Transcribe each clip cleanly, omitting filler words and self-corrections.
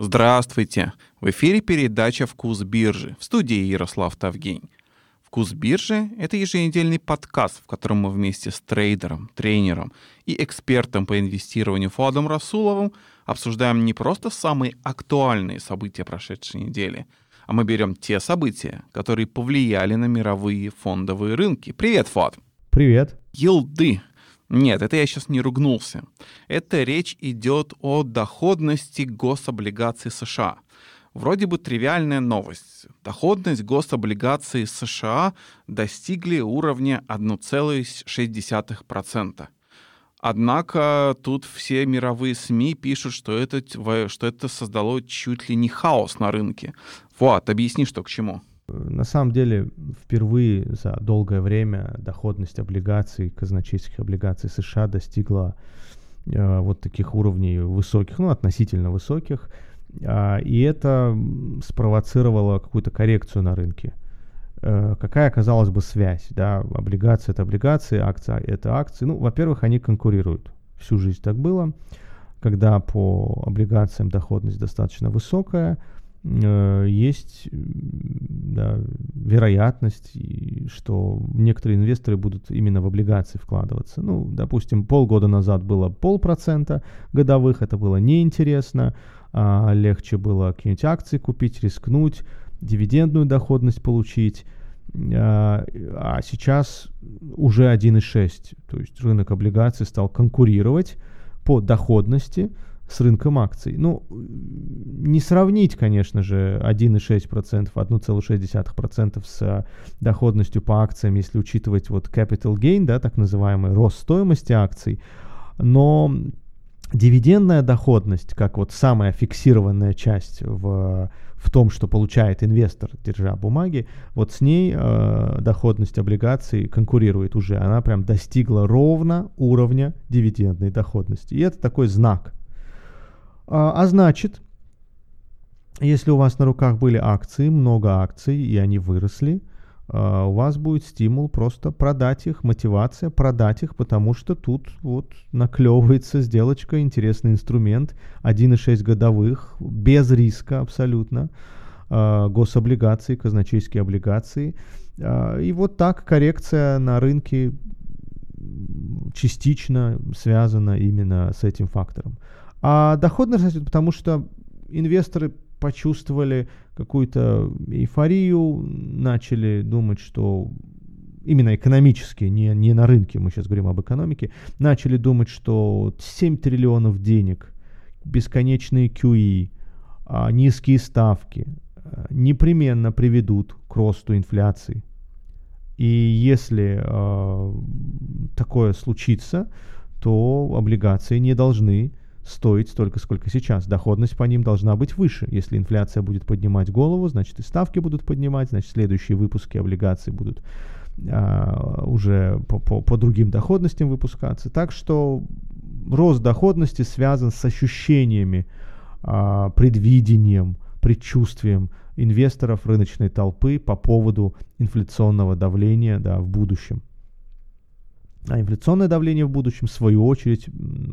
Здравствуйте! В эфире передача «Вкус биржи» в студии Ярослав Тавгень. «Вкус биржи» — это еженедельный подкаст, в котором мы вместе с трейдером, тренером и экспертом по инвестированию Фуадом Расуловым обсуждаем не просто самые актуальные события прошедшей недели, а мы берем те события, которые повлияли на мировые фондовые рынки. Привет, Фуад! Привет! Йилды. Нет, это я сейчас не ругнулся. Это речь идет о доходности гособлигаций США. Вроде бы тривиальная новость. Доходность гособлигаций США достигли уровня 1,6%. Однако тут все мировые СМИ пишут, что это создало чуть ли не хаос на рынке. Вот, объясни, что к чему. На самом деле, впервые за долгое время доходность облигаций, казначейских облигаций США достигла вот таких уровней высоких, относительно высоких, и это спровоцировало какую-то коррекцию на рынке. Какая, казалось бы, связь? Да? Облигации — это облигации, акции — это акции. Во-первых, они конкурируют. Всю жизнь так было. Когда по облигациям доходность достаточно высокая, есть вероятность, что некоторые инвесторы будут именно в облигации вкладываться. Допустим, полгода назад было 0,5% годовых, это было неинтересно, легче было какие-нибудь акции купить, рискнуть, дивидендную доходность получить, а сейчас уже 1,6%. То есть рынок облигаций стал конкурировать по доходности с рынком акций. Не сравнить, конечно же, 1,6%, 1,6% с доходностью по акциям, если учитывать capital gain, так называемый рост стоимости акций, но дивидендная доходность, как самая фиксированная часть в том, что получает инвестор, держа бумаги, с ней доходность облигаций конкурирует уже. Она прям достигла ровно уровня дивидендной доходности. И это такой знак. А значит, если у вас на руках были акции, много акций, и они выросли, у вас будет стимул просто продать их, мотивация продать их, потому что тут наклевывается сделочка, интересный инструмент, 1,6 годовых, без риска абсолютно, гособлигации, казначейские облигации. И так коррекция на рынке частично связана именно с этим фактором. А доходность растет, потому что инвесторы почувствовали какую-то эйфорию, начали думать, что именно экономически, не на рынке, мы сейчас говорим об экономике, начали думать, что 7 триллионов денег, бесконечные QE, низкие ставки непременно приведут к росту инфляции. И если такое случится, то облигации не должны стоить столько, сколько сейчас. Доходность по ним должна быть выше. Если инфляция будет поднимать голову, значит и ставки будут поднимать, значит следующие выпуски облигаций будут уже по другим доходностям выпускаться. Так что рост доходности связан с ощущениями, предвидением, предчувствием инвесторов, рыночной толпы по поводу инфляционного давления в будущем. А инфляционное давление в будущем, в свою очередь,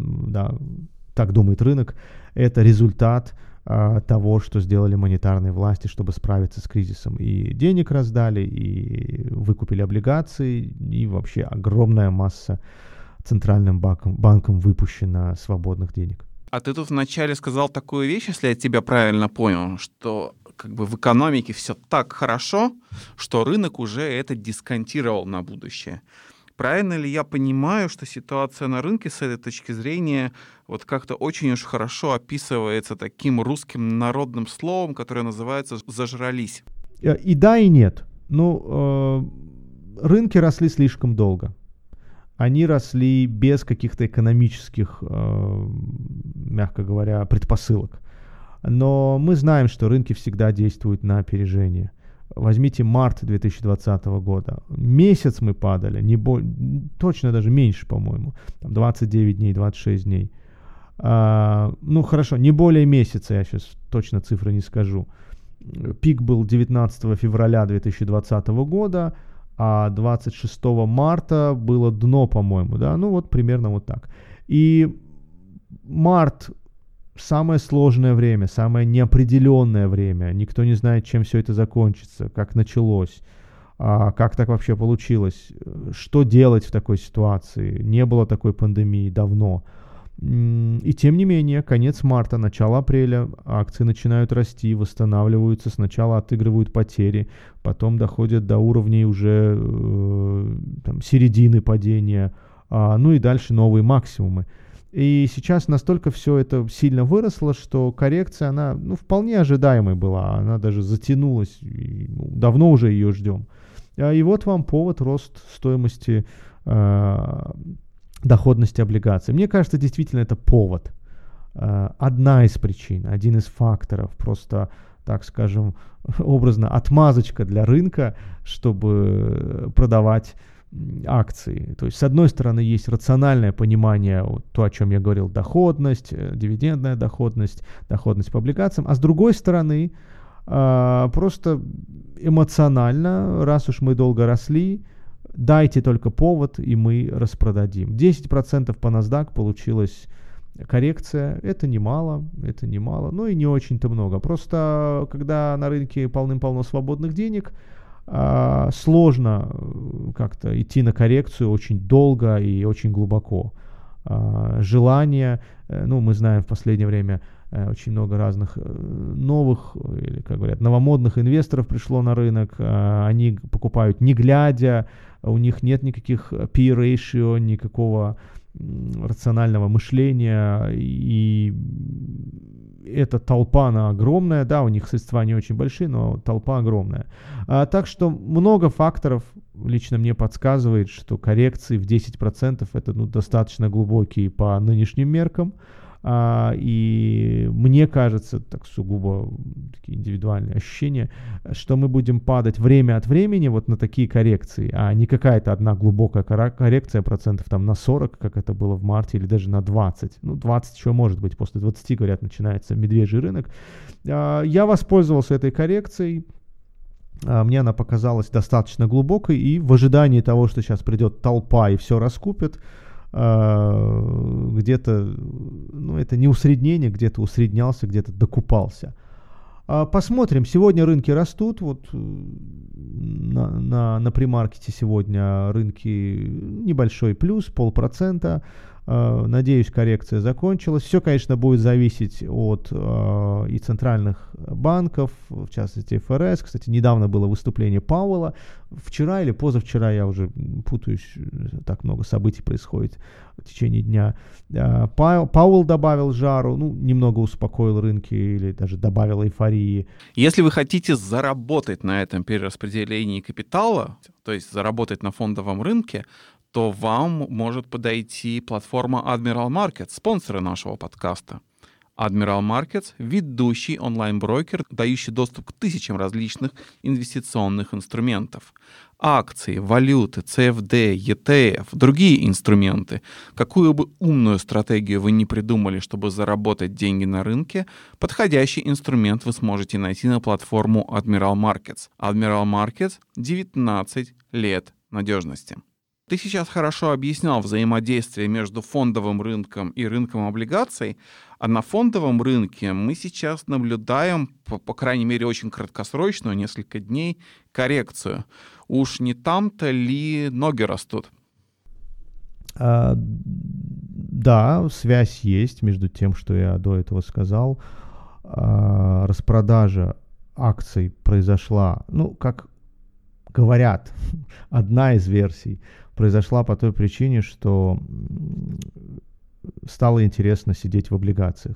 так думает рынок, это результат того, что сделали монетарные власти, чтобы справиться с кризисом. И денег раздали, и выкупили облигации, и вообще огромная масса центральным банком выпущена свободных денег. А ты тут вначале сказал такую вещь, если я тебя правильно понял, что в экономике все так хорошо, что рынок уже это дисконтировал на будущее. Правильно ли я понимаю, что ситуация на рынке с этой точки зрения как-то очень уж хорошо описывается таким русским народным словом, которое называется «зажрались»? И да, и нет. Рынки росли слишком долго. Они росли без каких-то экономических, мягко говоря, предпосылок. Но мы знаем, что рынки всегда действуют на опережение. Возьмите март 2020 года. Месяц мы падали, точно даже меньше, по-моему. 29 дней, 26 дней. Хорошо, не более месяца, я сейчас точно цифры не скажу. Пик был 19 февраля 2020 года, а 26 марта было дно, по-моему. Примерно так. И март самое сложное время, самое неопределенное время. Никто не знает, чем все это закончится, как началось, как так вообще получилось, что делать в такой ситуации. Не было такой пандемии давно. И тем не менее, конец марта, начало апреля, акции начинают расти, восстанавливаются, сначала отыгрывают потери, потом доходят до уровней уже середины падения, ну и дальше новые максимумы. И сейчас настолько все это сильно выросло, что коррекция, она вполне ожидаемой была, она даже затянулась, давно уже ее ждем. И вот вам повод: рост стоимости, доходности облигаций. Мне кажется, действительно это повод. Одна из причин, один из факторов, просто, так скажем, образно отмазочка для рынка, чтобы продавать акции. То есть, с одной стороны, есть рациональное понимание, то, о чем я говорил, доходность, дивидендная доходность, доходность по облигациям, а с другой стороны, просто эмоционально, раз уж мы долго росли, дайте только повод, и мы распродадим. 10% по NASDAQ получилась коррекция. Это немало, но и не очень-то много. Просто, когда на рынке полным-полно свободных денег, сложно как-то идти на коррекцию очень долго и очень глубоко. Желание, мы знаем в последнее время, очень много разных новых, или, как говорят, новомодных инвесторов пришло на рынок. Они покупают не глядя, у них нет никаких P ratio, никакого рационального мышления, и эта толпа, она огромная, да, у них средства не очень большие, но толпа огромная. Так что много факторов лично мне подсказывает, что коррекции в 10% это достаточно глубокие по нынешним меркам. И мне кажется, так сугубо такие индивидуальные ощущения, что мы будем падать время от времени вот на такие коррекции, а не какая-то одна глубокая коррекция процентов на 40, как это было в марте, или даже на 20. 20 еще может быть, после 20, говорят, начинается медвежий рынок. Я воспользовался этой коррекцией. Мне она показалась достаточно глубокой, и в ожидании того, что сейчас придет толпа и все раскупит, где-то, это не усреднение, где-то усреднялся, где-то докупался. Посмотрим. Сегодня рынки растут. Вот на премаркете сегодня рынки небольшой плюс, 0,5%. Надеюсь, коррекция закончилась. Все, конечно, будет зависеть от и центральных банков, в частности ФРС. Кстати, недавно было выступление Пауэлла. Вчера или позавчера, я уже путаюсь, так много событий происходит в течение дня. Пауэлл добавил жару, немного успокоил рынки или даже добавил эйфории. Если вы хотите заработать на этом перераспределении капитала, то есть заработать на фондовом рынке, то вам может подойти платформа Admiral Markets, спонсоры нашего подкаста. Admiral Markets — ведущий онлайн-брокер, дающий доступ к тысячам различных инвестиционных инструментов. Акции, валюты, CFD, ETF, другие инструменты. Какую бы умную стратегию вы ни придумали, чтобы заработать деньги на рынке, подходящий инструмент вы сможете найти на платформу Admiral Markets. Admiral Markets — 19 лет надежности. Ты сейчас хорошо объяснял взаимодействие между фондовым рынком и рынком облигаций, а на фондовом рынке мы сейчас наблюдаем, по крайней мере, очень краткосрочную, несколько дней, коррекцию. Уж не там-то ли ноги растут? Да, связь есть между тем, что я до этого сказал. Распродажа акций произошла, как говорят, одна из версий, произошла по той причине, что стало интересно сидеть в облигациях.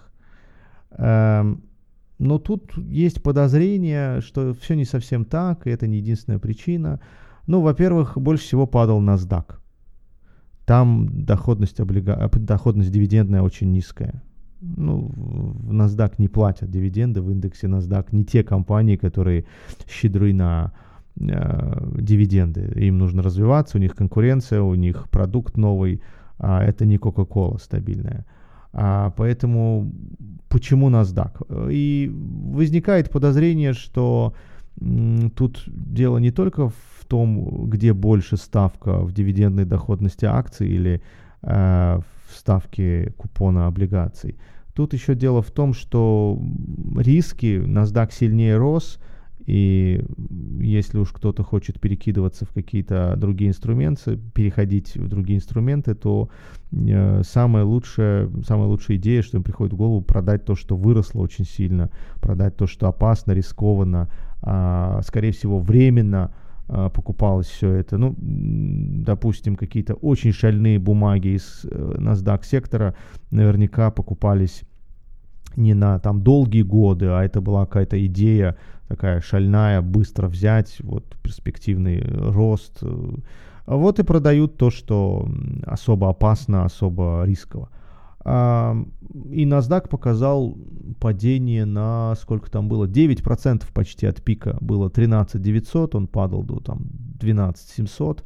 Но тут есть подозрение, что все не совсем так, и это не единственная причина. Во-первых, больше всего падал NASDAQ. Там доходность дивидендная очень низкая. В NASDAQ не платят дивиденды, в индексе NASDAQ не те компании, которые щедры на дивиденды. Им нужно развиваться, у них конкуренция, у них продукт новый, а это не Coca-Cola стабильная. Поэтому почему NASDAQ? И возникает подозрение, что тут дело не только в том, где больше ставка в дивидендной доходности акций или в ставке купона облигаций. Тут еще дело в том, что риски, NASDAQ сильнее рос, и если уж кто-то хочет перекидываться в какие-то другие инструменты, переходить в другие инструменты, то самая лучшая идея, что им приходит в голову, продать то, что выросло очень сильно, продать то, что опасно, рискованно, скорее всего, временно покупалось все это. Ну, допустим, какие-то очень шальные бумаги из NASDAQ сектора наверняка покупались не на там долгие годы, а это была какая-то идея такая шальная, быстро взять, вот перспективный рост. Вот и продают то, что особо опасно, особо рисково. И NASDAQ показал падение на, сколько там было, 9% почти от пика. Было 13 900, он падал до там 12 700.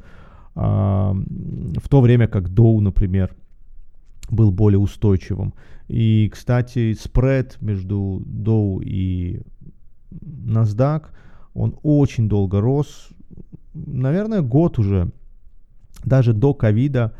В то время как Dow, например, был более устойчивым. И, кстати, спред между Dow и NASDAQ, он очень долго рос. Наверное, год уже. Даже до ковида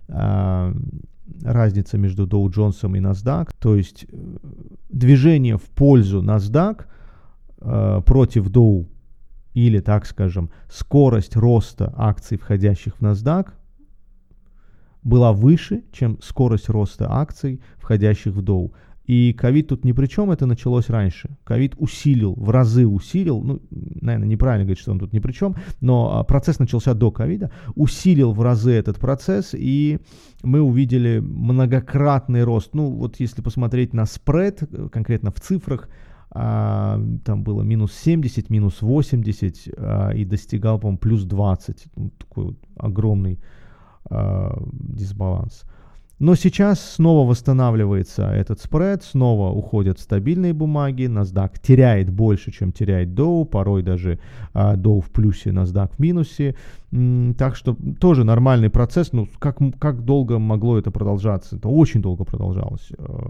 разница между Dow Jones и NASDAQ, то есть движение в пользу NASDAQ против Dow, или, так скажем, скорость роста акций, входящих в NASDAQ, была выше, чем скорость роста акций, входящих в Dow. И ковид тут ни при чем, это началось раньше. Ковид в разы усилил, ну, наверное, неправильно говорить, что он тут ни при чем, но процесс начался до ковида, усилил в разы этот процесс, и мы увидели многократный рост. Ну, вот если посмотреть на спред, конкретно в цифрах, там было минус 70, минус 80, и достигал, по-моему, плюс 20. Ну, такой вот огромный дисбаланс. Но сейчас снова восстанавливается этот спред, снова уходят стабильные бумаги, NASDAQ теряет больше, чем теряет Dow, порой даже Dow в плюсе, NASDAQ в минусе. Так что тоже нормальный процесс. Ну, как долго могло это продолжаться? Это очень долго продолжалось.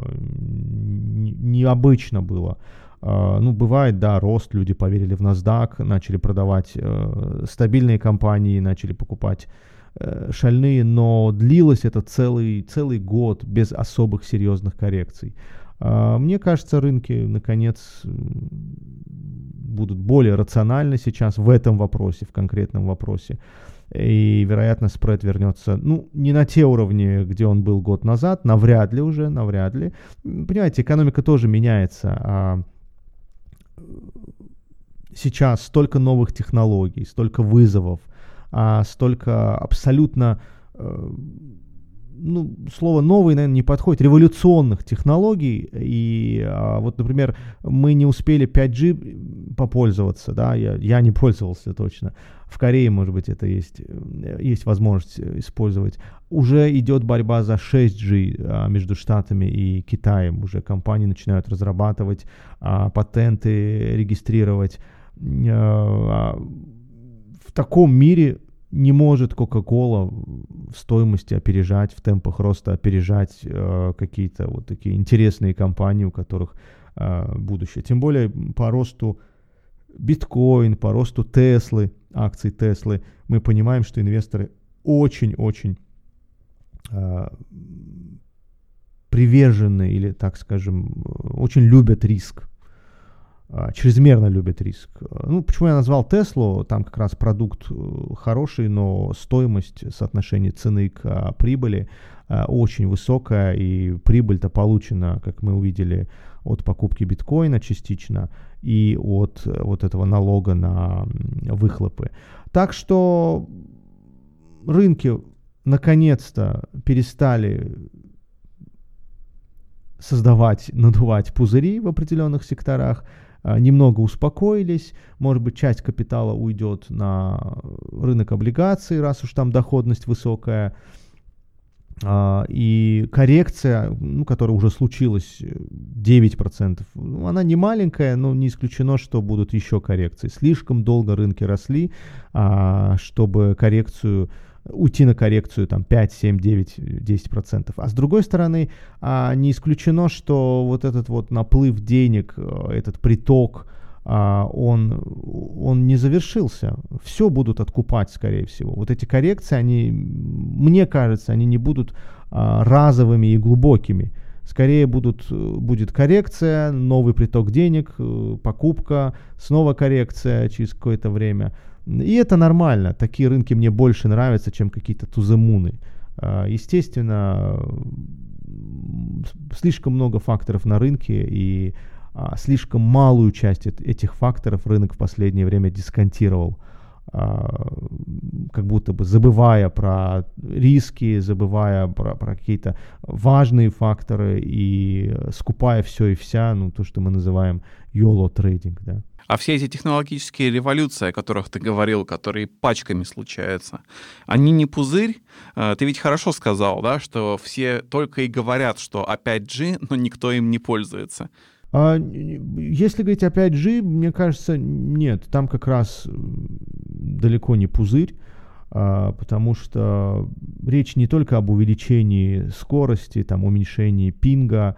Необычно было. Ну, бывает, да, рост, люди поверили в NASDAQ, начали продавать стабильные компании, начали покупать шальные, но длилось это целый год без особых серьезных коррекций. Мне кажется, рынки, наконец, будут более рациональны сейчас в этом вопросе, в конкретном вопросе. И, вероятно, спред вернется, ну, не на те уровни, где он был год назад, навряд ли. Понимаете, экономика тоже меняется. Сейчас столько новых технологий, столько вызовов, столько абсолютно, ну, слово «новый», наверное, не подходит, революционных технологий. И вот, например, мы не успели 5G попользоваться, да, я не пользовался точно. В Корее, может быть, это есть возможность использовать. Уже идет борьба за 6G между Штатами и Китаем. Уже компании начинают разрабатывать, патенты регистрировать. В таком мире не может Coca-Cola в стоимости опережать, в темпах роста опережать какие-то вот такие интересные компании, у которых будущее. Тем более по росту биткоин, по росту Теслы, акций Теслы, мы понимаем, что инвесторы очень-очень привержены или, так скажем, очень любят риск. Чрезмерно любят риск. Ну, почему я назвал Теслу? Там как раз продукт хороший, но стоимость, соотношение цены к прибыли очень высокая, и прибыль-то получена, как мы увидели, от покупки биткоина частично и от вот этого налога на выхлопы. Так что рынки наконец-то перестали надувать пузыри в определенных секторах, немного успокоились, может быть, часть капитала уйдет на рынок облигаций, раз уж там доходность высокая, и коррекция, ну, которая уже случилась, 9%, ну, она не маленькая, но не исключено, что будут еще коррекции. Слишком долго рынки росли, чтобы уйти на коррекцию там 5, 7, 9, 10%. А с другой стороны, не исключено, что вот этот вот наплыв денег, этот приток, он не завершился. Все будут откупать, скорее всего. Вот эти коррекции, мне кажется, они не будут разовыми и глубокими. Скорее будет коррекция, новый приток денег, покупка, снова коррекция через какое-то время. И это нормально. Такие рынки мне больше нравятся, чем какие-то туземуны. Естественно, слишком много факторов на рынке, и слишком малую часть этих факторов рынок в последнее время дисконтировал, как будто бы забывая про риски, забывая про какие-то важные факторы и скупая все и вся, то, что мы называем YOLO трейдинг, да. А все эти технологические революции, о которых ты говорил, которые пачками случаются, они не пузырь? Ты ведь хорошо сказал, да, что все только и говорят, что о 5G, но никто им не пользуется. Если говорить о 5G, мне кажется, нет, там как раз далеко не пузырь, потому что речь не только об увеличении скорости, там, уменьшении пинга.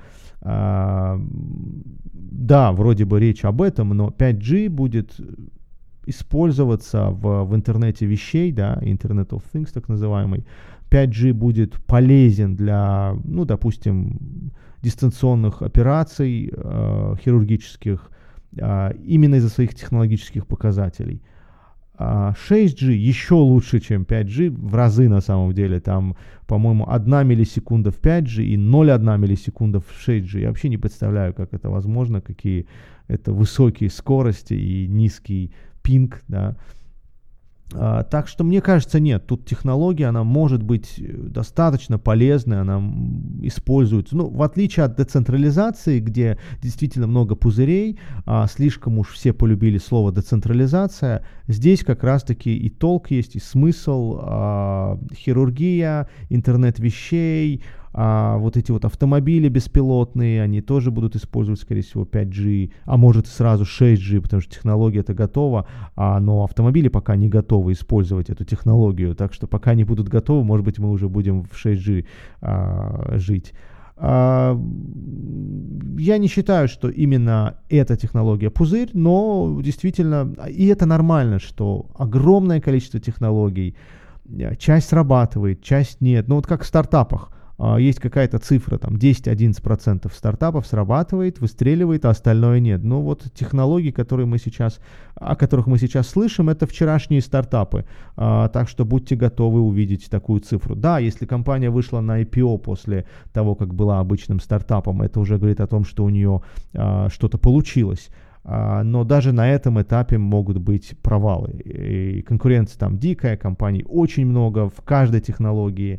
Да, вроде бы речь об этом, но 5G будет использоваться в интернете вещей, да, Internet of Things так называемый. 5G будет полезен для, допустим, дистанционных операций хирургических именно из-за своих технологических показателей. 6G еще лучше, чем 5G, в разы на самом деле. Там, по-моему, 1 миллисекунда в 5G и 0,1 миллисекунда в 6G. Я вообще не представляю, как это возможно, какие это высокие скорости и низкий пинг, да. Так что, мне кажется, нет, тут технология, она может быть достаточно полезной, она используется, в отличие от децентрализации, где действительно много пузырей, слишком уж все полюбили слово децентрализация, здесь как раз-таки и толк есть, и смысл, хирургия, интернет вещей, вот эти вот автомобили беспилотные, они тоже будут использовать, скорее всего, 5G, а может сразу 6G, потому что технология-то готова, но автомобили пока не готовы использовать эту технологию, так что пока не будут готовы, может быть, мы уже будем в 6G жить. Я не считаю, что именно эта технология пузырь, но действительно, и это нормально, что огромное количество технологий, часть срабатывает, часть нет, вот как в стартапах. Есть какая-то цифра, там 10-11% стартапов срабатывает, выстреливает, а остальное нет. Вот технологии, о которых мы сейчас слышим, это вчерашние стартапы. Так что будьте готовы увидеть такую цифру. Да, если компания вышла на IPO после того, как была обычным стартапом, это уже говорит о том, что у нее что-то получилось. Но даже на этом этапе могут быть провалы. И конкуренция там дикая, компаний очень много в каждой технологии.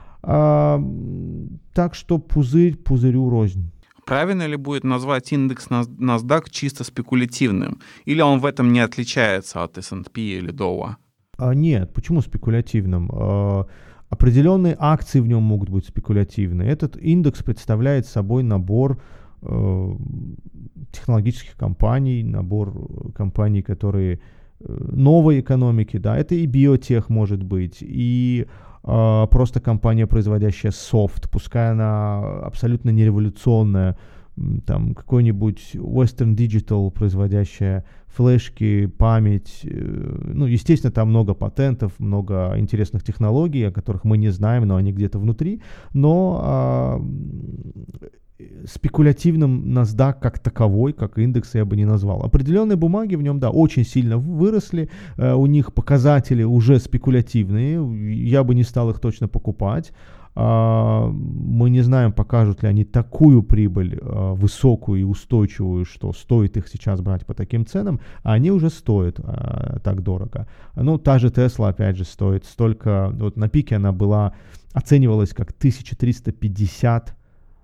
Так что пузырь пузырю рознь. Правильно ли будет назвать индекс NASDAQ чисто спекулятивным? Или он в этом не отличается от S&P или Dow? Нет, почему спекулятивным? Определенные акции в нем могут быть спекулятивны. Этот индекс представляет собой набор технологических компаний, набор компаний, которые новой экономики, да, это и биотех может быть, и просто компания, производящая софт, пускай она абсолютно не революционная, там какой-нибудь Western Digital, производящая флешки, память, естественно, там много патентов, много интересных технологий, о которых мы не знаем, но они где-то внутри, но спекулятивным NASDAQ как таковой, как индекс, я бы не назвал. Определенные бумаги в нем, да, очень сильно выросли, у них показатели уже спекулятивные, я бы не стал их точно покупать. Мы не знаем, покажут ли они такую прибыль высокую и устойчивую, что стоит их сейчас брать по таким ценам, а они уже стоят так дорого. Та же Tesla, опять же, стоит столько, вот на пике она оценивалась как 1350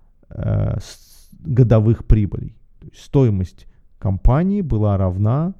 годовых прибылей. То есть стоимость компании была равна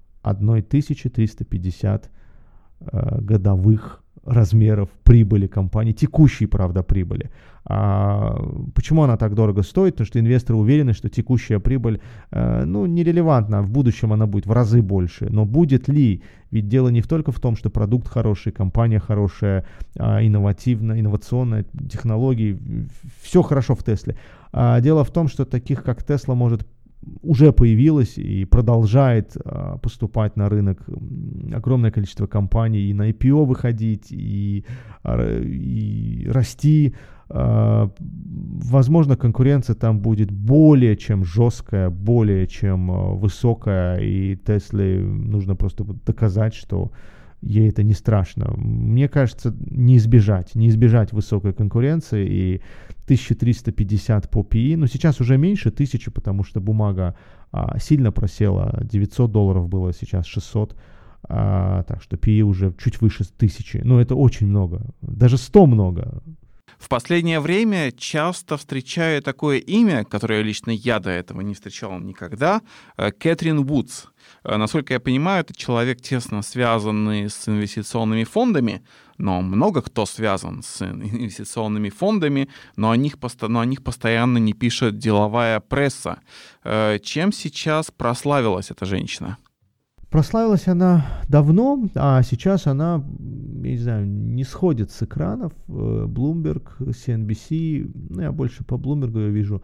1350 годовых размеров прибыли компании, текущей, правда, прибыли. Почему она так дорого стоит? Потому что инвесторы уверены, что текущая прибыль, нерелевантна, в будущем она будет в разы больше. Но будет ли? Ведь дело не только в том, что продукт хороший, компания хорошая, инновационная, технологии, все хорошо в Тесле. Дело в том, что таких, как Тесла, уже появилось и продолжает поступать на рынок огромное количество компаний, и на IPO выходить, и расти. Возможно, конкуренция там будет более чем жесткая, более чем высокая, и Тесле нужно просто доказать, что ей это не страшно. Мне кажется, не избежать высокой конкуренции, и 1350 по PE, но сейчас уже меньше 1000, потому что бумага сильно просела, $900 было, сейчас 600, так что PE уже чуть выше 1000, но это очень много, даже 100 много. В последнее время часто встречаю такое имя, которое лично я до этого не встречал никогда, Кэтрин Вудс. Насколько я понимаю, это человек, тесно связанный с инвестиционными фондами, но много кто связан с инвестиционными фондами, но о них постоянно не пишет деловая пресса. Чем сейчас прославилась эта женщина? Прославилась она давно, а сейчас она, я не знаю, не сходит с экранов. Bloomberg, CNBC, я больше по Bloomberg ее вижу.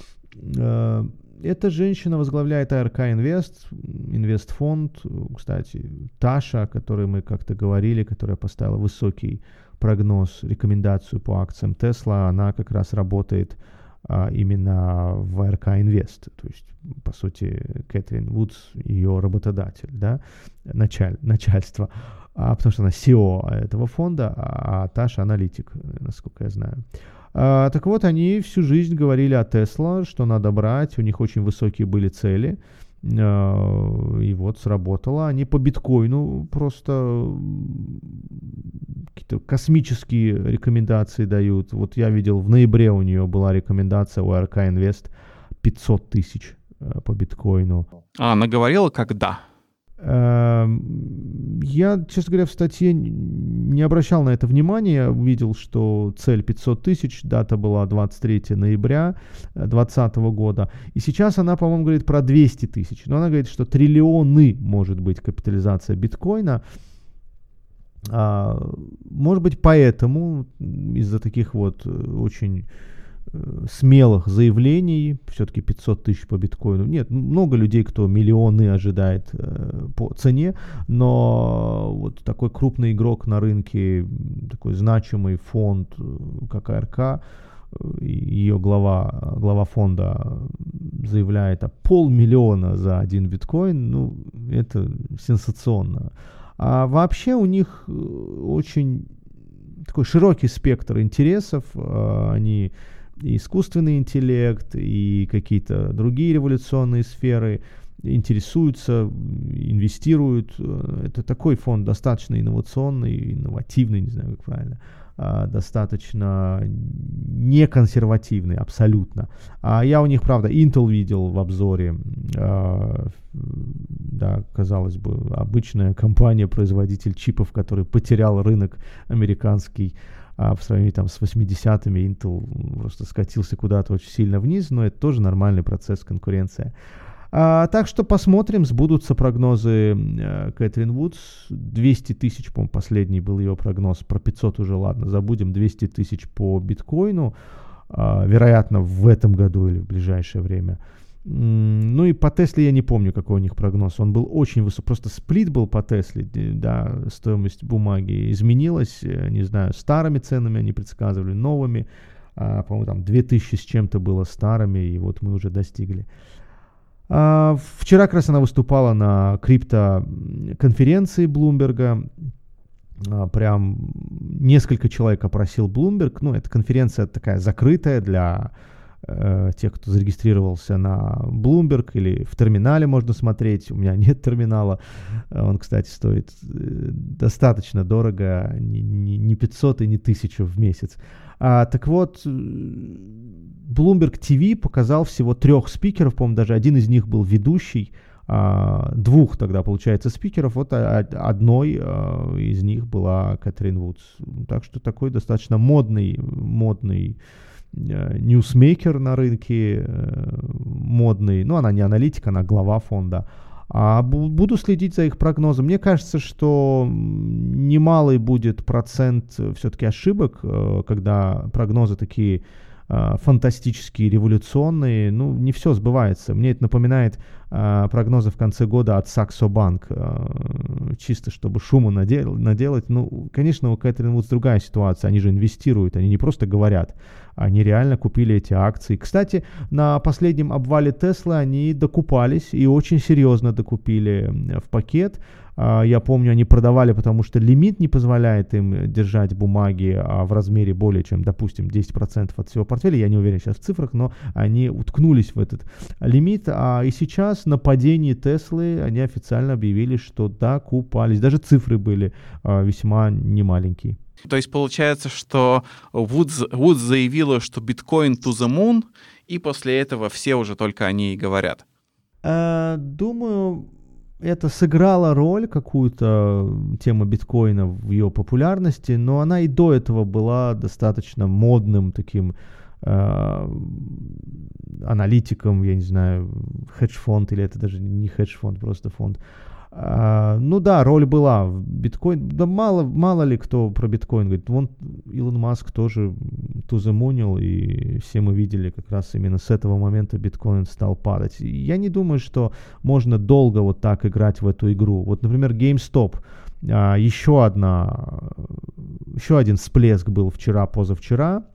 Эта женщина возглавляет ARK Invest, инвестфонд. Кстати, Таша, о которой мы как-то говорили, которая поставила высокий прогноз, рекомендацию по акциям Tesla, она как раз работает именно в ARK Invest. То есть, по сути, Кэтрин Вудс ее работодатель, да, начальство. Потому что она CEO этого фонда, а Таша аналитик, насколько я знаю. Так вот, они всю жизнь говорили о Tesla, что надо брать, у них очень высокие были цели, и вот сработало. Они по биткоину просто какие-то космические рекомендации дают. Вот я видел, в ноябре у нее была рекомендация у ARK Invest 500 тысяч по биткоину. Она говорила, когда? Я, честно говоря, в статье не обращал на это внимания. Увидел, что цель 500 тысяч, дата была 23 ноября 2020 года. И сейчас она, по-моему, говорит про 200 тысяч. Но она говорит, что триллионы может быть капитализация биткоина. Может быть, поэтому из-за таких вот очень смелых заявлений, все-таки 500 тысяч по биткоину. Нет, много людей, кто миллионы ожидает по цене, но вот такой крупный игрок на рынке, такой значимый фонд, как ARK, ее глава фонда заявляет о 500 000 за один биткоин, ну, это сенсационно. А вообще у них очень такой широкий спектр интересов, они и искусственный интеллект, и какие-то другие революционные сферы интересуются, инвестируют. Это такой фонд достаточно инновативный, не знаю, как правильно, достаточно неконсервативный абсолютно. Я у них, правда, Intel видел в обзоре. Да, казалось бы, обычная компания, производитель чипов, который потерял рынок американский. В сравнении там с 80-ми Intel просто скатился куда-то очень сильно вниз, но это тоже нормальный процесс, конкуренция. Так что посмотрим, сбудутся прогнозы Кэтрин Вудс. 200 тысяч, по-моему, последний был ее прогноз, про 500 уже, ладно, забудем, 200 тысяч по биткоину, вероятно, в этом году или в ближайшее время. Ну и по Тесле я не помню, какой у них прогноз. Он был очень высокий. Просто сплит был по Тесле, да, стоимость бумаги изменилась. Не знаю, старыми ценами они предсказывали, новыми. По-моему, там 2000 с чем-то было старыми, и вот мы уже достигли. Вчера как раз она выступала на криптоконференции Блумберга. Прям несколько человек опросил Bloomberg. Ну, эта конференция такая закрытая для тех, кто зарегистрировался на Bloomberg, или в терминале можно смотреть. У меня нет терминала. Он, кстати, стоит достаточно дорого, не 500 и не 1000 в месяц. Так вот, Bloomberg TV показал всего 3 спикеров, по-моему, даже один из них был ведущий, 2 тогда, получается, спикеров. Вот одной из них была Кэтрин Вудс. Так что такой достаточно модный ньюсмейкер на рынке, модный. Ну, она не аналитик, она глава фонда. Буду следить за их прогнозом. Мне кажется, что немалый будет процент все-таки ошибок, когда прогнозы такие фантастические, революционные. Ну, не все сбывается. Мне это напоминает прогнозы в конце года от Saxo Bank, чисто чтобы шума наделать. Ну, конечно, у Кэтрин Вудс другая ситуация, они же инвестируют, они не просто говорят, они реально купили эти акции. Кстати, на последнем обвале Теслы они докупались и очень серьезно докупили в пакет. Я помню, они продавали, потому что лимит не позволяет им держать бумаги в размере более чем, допустим, 10% от всего портфеля. Я не уверен сейчас в цифрах, но они уткнулись в этот лимит. И сейчас на падении Теслы они официально объявили, что докупались. Даже цифры были весьма немаленькие. То есть получается, что Вудс заявила, что биткоин to the moon, и после этого все уже только о ней и говорят. Думаю, это сыграло роль какую-то, тема биткоина в ее популярности, но она и до этого была достаточно модным таким аналитиком, я не знаю, хедж-фонд, или это даже не хедж-фонд, просто фонд. Ну да, роль была. Биткоин, да мало ли кто про биткоин говорит. Вон Илон Маск тоже туземунил, и все мы видели как раз именно с этого момента биткоин стал падать. Я не думаю, что можно долго вот так играть в эту игру. Вот, например, GameStop. Еще один всплеск был позавчера.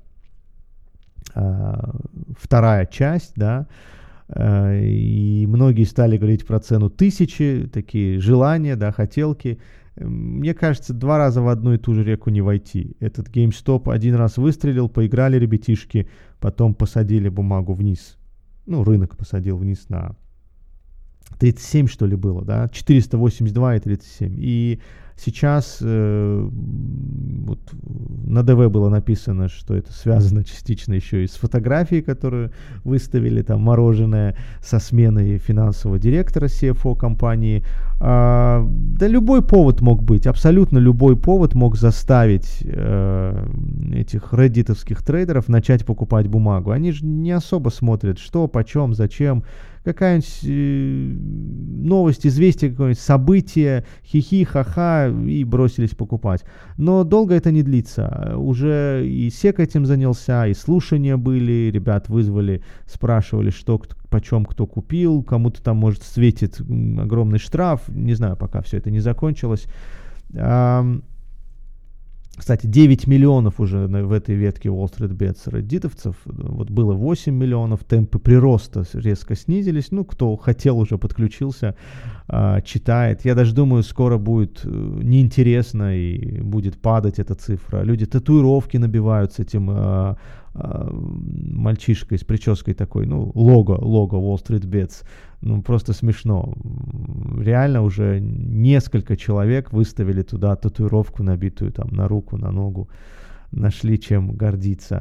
Вторая часть, да. И многие стали говорить про цену 1000, такие желания, да, хотелки. Мне кажется, 2 раза в одну и ту же реку не войти. Этот GameStop один раз выстрелил, поиграли ребятишки, потом посадили бумагу вниз. Ну, рынок посадил вниз на 37, что ли, было, да, 482 и 37. И сейчас вот на ДВ было написано, что это связано частично еще и с фотографией, которую выставили, там, мороженое со сменой финансового директора CFO компании. Да любой повод мог быть, абсолютно любой повод мог заставить этих реддитовских трейдеров начать покупать бумагу. Они же не особо смотрят, что, почем, зачем. Какая-нибудь новость, известие, какое-нибудь событие, хихи, ха-ха, и бросились покупать. Но долго это не длится. Уже и СЕК этим занялся, и слушания были, ребят вызвали, спрашивали, что, почем кто купил, кому-то там, может, светит огромный штраф, не знаю, пока все это не закончилось. Кстати, 9 миллионов уже в этой ветке Wall Street Bets реддитовцев. Вот было 8 миллионов, темпы прироста резко снизились. Ну, кто хотел, уже подключился, читает. Я даже думаю, скоро будет неинтересно и будет падать эта цифра. Люди татуировки набивают с этим мальчишкой с прической такой, ну, лого Wall Street Bets. Ну, просто смешно. Реально уже несколько человек выставили туда татуировку, набитую там на руку, на ногу. Нашли чем гордиться.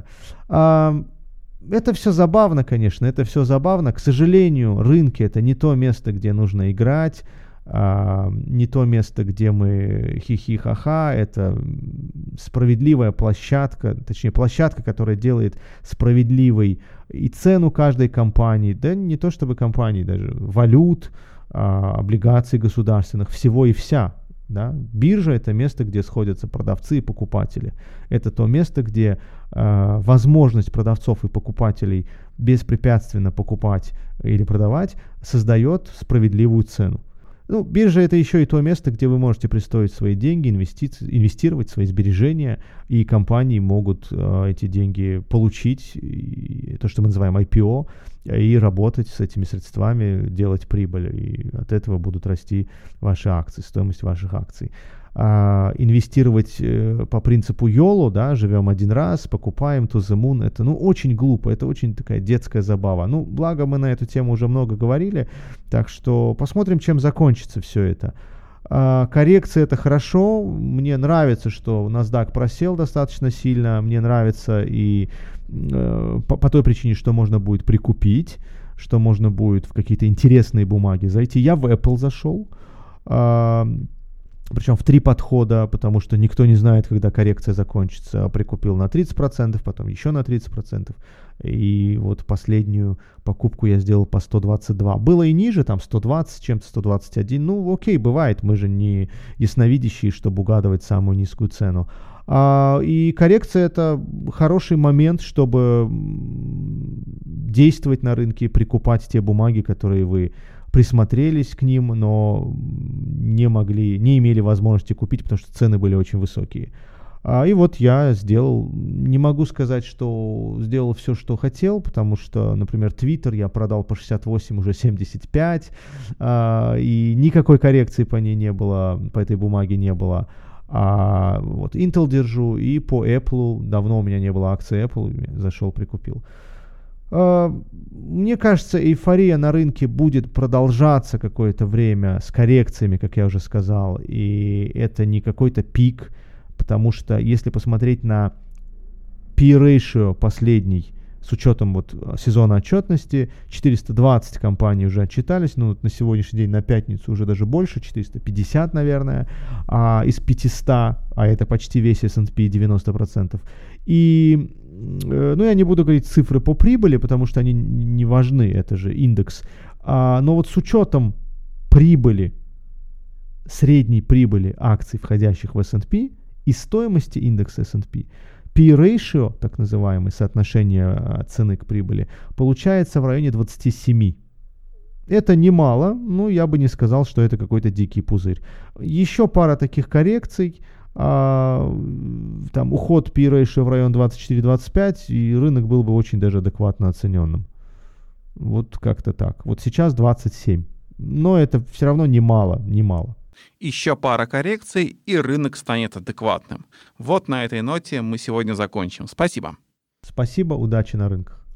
Это все забавно, конечно, это все забавно. К сожалению, рынки — это не то место, где нужно играть, не то место, где мы хихи-ха-ха. Это справедливая площадка, точнее площадка, которая делает справедливой и цену каждой компании, да не то чтобы компании, даже валют, облигаций государственных, всего и вся. Да? Биржа — это место, где сходятся продавцы и покупатели. Это то место, где возможность продавцов и покупателей беспрепятственно покупать или продавать создает справедливую цену. Ну, биржа — это еще и то место, где вы можете пристроить свои деньги, инвестировать свои сбережения, и компании могут эти деньги получить, то, что мы называем IPO, и работать с этими средствами, делать прибыль, и от этого будут расти ваши акции, стоимость ваших акций. Инвестировать по принципу YOLO, да, живем один раз, покупаем to the moon, это, ну, очень глупо, это очень такая детская забава. Ну, благо мы на эту тему уже много говорили, так что посмотрим, чем закончится все это. Коррекция — это хорошо, мне нравится, что NASDAQ просел достаточно сильно, мне нравится и по той причине, что можно будет прикупить, что можно будет в какие-то интересные бумаги зайти. Я в Apple зашел, причем в 3 подхода, потому что никто не знает, когда коррекция закончится. Прикупил на 30%, потом еще на 30%. И вот последнюю покупку я сделал по 122. Было и ниже, там 120, чем-то 121. Ну, окей, бывает, мы же не ясновидящие, чтобы угадывать самую низкую цену. И коррекция — это хороший момент, чтобы действовать на рынке, прикупать те бумаги, которые вы присмотрелись к ним, но не имели возможности купить, потому что цены были очень высокие. И вот я не могу сказать, что сделал все, что хотел, потому что, например, Twitter я продал по 68, уже 75, и никакой коррекции по ней не было, по этой бумаге не было. А вот Intel держу, и по Apple, давно у меня не было акций Apple, зашел, прикупил. Мне кажется, эйфория на рынке будет продолжаться какое-то время с коррекциями, как я уже сказал, и это не какой-то пик, потому что если посмотреть на P-ratio последний, с учетом вот сезона отчетности, 420 компаний уже отчитались, ну, на сегодняшний день, на пятницу уже даже больше, 450, наверное, из 500, а это почти весь S&P, 90%. И, ну, я не буду говорить цифры по прибыли, потому что они не важны, это же индекс, но вот с учетом прибыли, средней прибыли акций, входящих в S&P, и стоимости индекса S&P, P-ratio, так называемое соотношение цены к прибыли, получается в районе 27. Это немало, но я бы не сказал, что это какой-то дикий пузырь. Еще пара таких коррекций, там уход P-ratio в район 24-25, и рынок был бы очень даже адекватно оцененным. Вот как-то так. Вот сейчас 27. Но это все равно немало. Еще пара коррекций, и рынок станет адекватным. Вот на этой ноте мы сегодня закончим. Спасибо. Спасибо, удачи на рынках.